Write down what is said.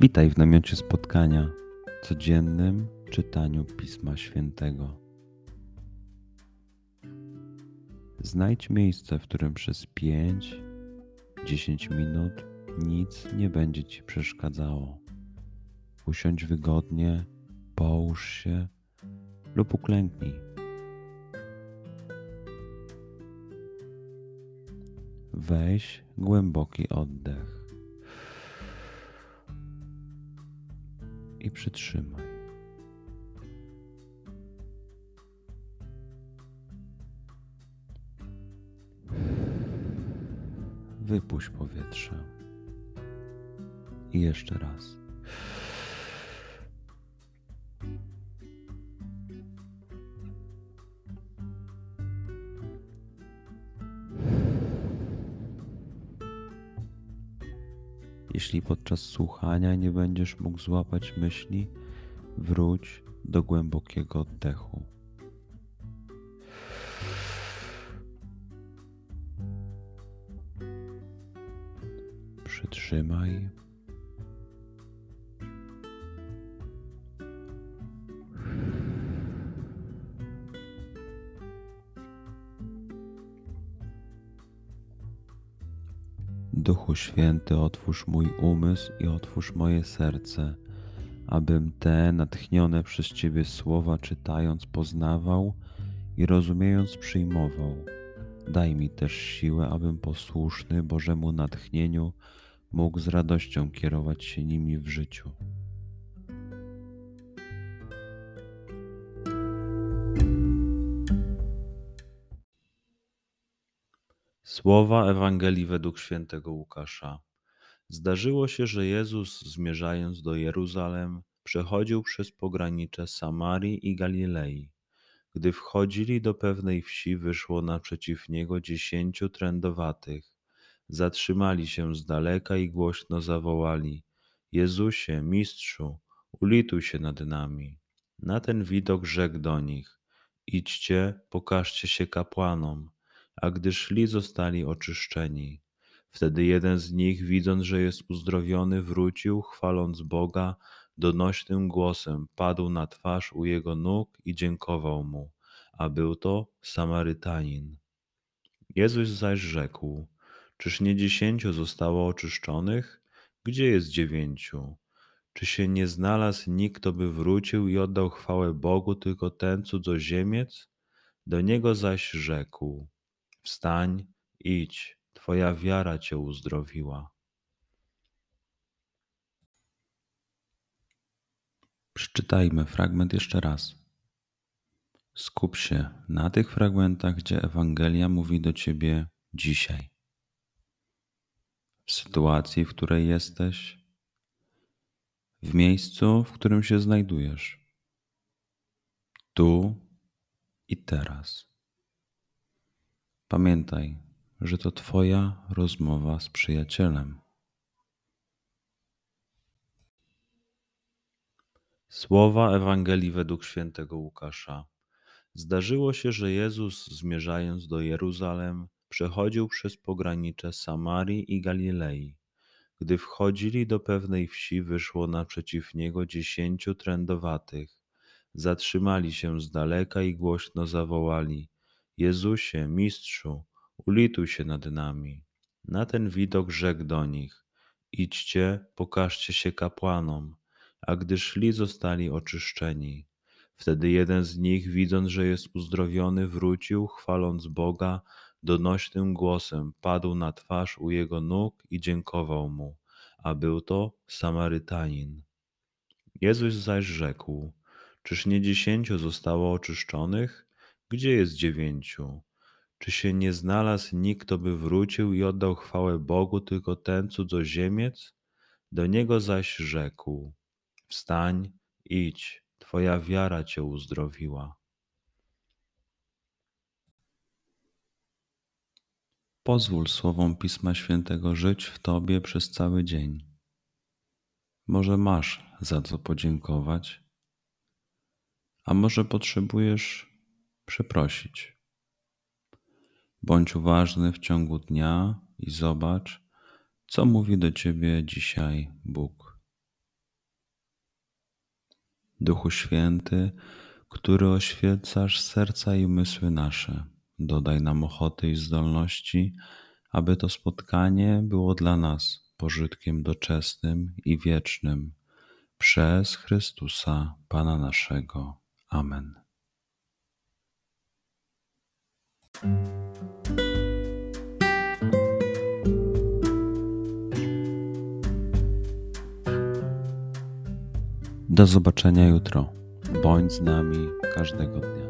Witaj w namiocie spotkania, codziennym czytaniu Pisma Świętego. Znajdź miejsce, w którym przez 5-10 minut nic nie będzie Ci przeszkadzało. Usiądź wygodnie, połóż się lub uklęknij. Weź głęboki oddech i przytrzymaj. Wypuść powietrze. I jeszcze raz. Jeśli podczas słuchania nie będziesz mógł złapać myśli, wróć do głębokiego oddechu. Przytrzymaj. Duchu Święty, otwórz mój umysł i otwórz moje serce, abym te natchnione przez Ciebie słowa czytając poznawał i rozumiejąc przyjmował. Daj mi też siłę, abym posłuszny Bożemu natchnieniu mógł z radością kierować się nimi w życiu. Słowa Ewangelii według świętego Łukasza. Zdarzyło się, że Jezus, zmierzając do Jeruzalem, przechodził przez pogranicze Samarii i Galilei. Gdy wchodzili do pewnej wsi, wyszło naprzeciw Niego 10 trędowatych. Zatrzymali się z daleka i głośno zawołali: Jezusie, Mistrzu, ulituj się nad nami. Na ten widok rzekł do nich: Idźcie, pokażcie się kapłanom. A gdy szli, zostali oczyszczeni. Wtedy jeden z nich, widząc, że jest uzdrowiony, wrócił, chwaląc Boga, donośnym głosem padł na twarz u jego nóg i dziękował mu, a był to Samarytanin. Jezus zaś rzekł: Czyż nie 10 zostało oczyszczonych? Gdzie jest 9? Czy się nie znalazł nikt, kto by wrócił i oddał chwałę Bogu, tylko ten cudzoziemiec? Do niego zaś rzekł: Wstań, idź, twoja wiara cię uzdrowiła. Przeczytajmy fragment jeszcze raz. Skup się na tych fragmentach, gdzie Ewangelia mówi do ciebie dzisiaj. W sytuacji, w której jesteś, w miejscu, w którym się znajdujesz, tu i teraz. Pamiętaj, że to twoja rozmowa z przyjacielem. Słowa Ewangelii według świętego Łukasza. Zdarzyło się, że Jezus, zmierzając do Jeruzalem, przechodził przez pogranicze Samarii i Galilei. Gdy wchodzili do pewnej wsi, wyszło naprzeciw Niego 10 trędowatych. Zatrzymali się z daleka i głośno zawołali: Jezusie, Mistrzu, ulituj się nad nami. Na ten widok rzekł do nich: Idźcie, pokażcie się kapłanom. A gdy szli, zostali oczyszczeni. Wtedy jeden z nich, widząc, że jest uzdrowiony, wrócił, chwaląc Boga, donośnym głosem padł na twarz u jego nóg i dziękował mu, a był to Samarytanin. Jezus zaś rzekł: Czyż nie 10 zostało oczyszczonych? Gdzie jest 9? Czy się nie znalazł nikt, kto by wrócił i oddał chwałę Bogu, tylko ten cudzoziemiec? Do niego zaś rzekł: Wstań, idź, twoja wiara cię uzdrowiła. Pozwól słowom Pisma Świętego żyć w tobie przez cały dzień. Może masz za co podziękować, a może potrzebujesz przeprosić. Bądź uważny w ciągu dnia i zobacz, co mówi do ciebie dzisiaj Bóg. Duchu Święty, który oświecasz serca i umysły nasze, dodaj nam ochoty i zdolności, aby to spotkanie było dla nas pożytkiem doczesnym i wiecznym. Przez Chrystusa, Pana naszego. Amen. Do zobaczenia jutro. Bądź z nami każdego dnia.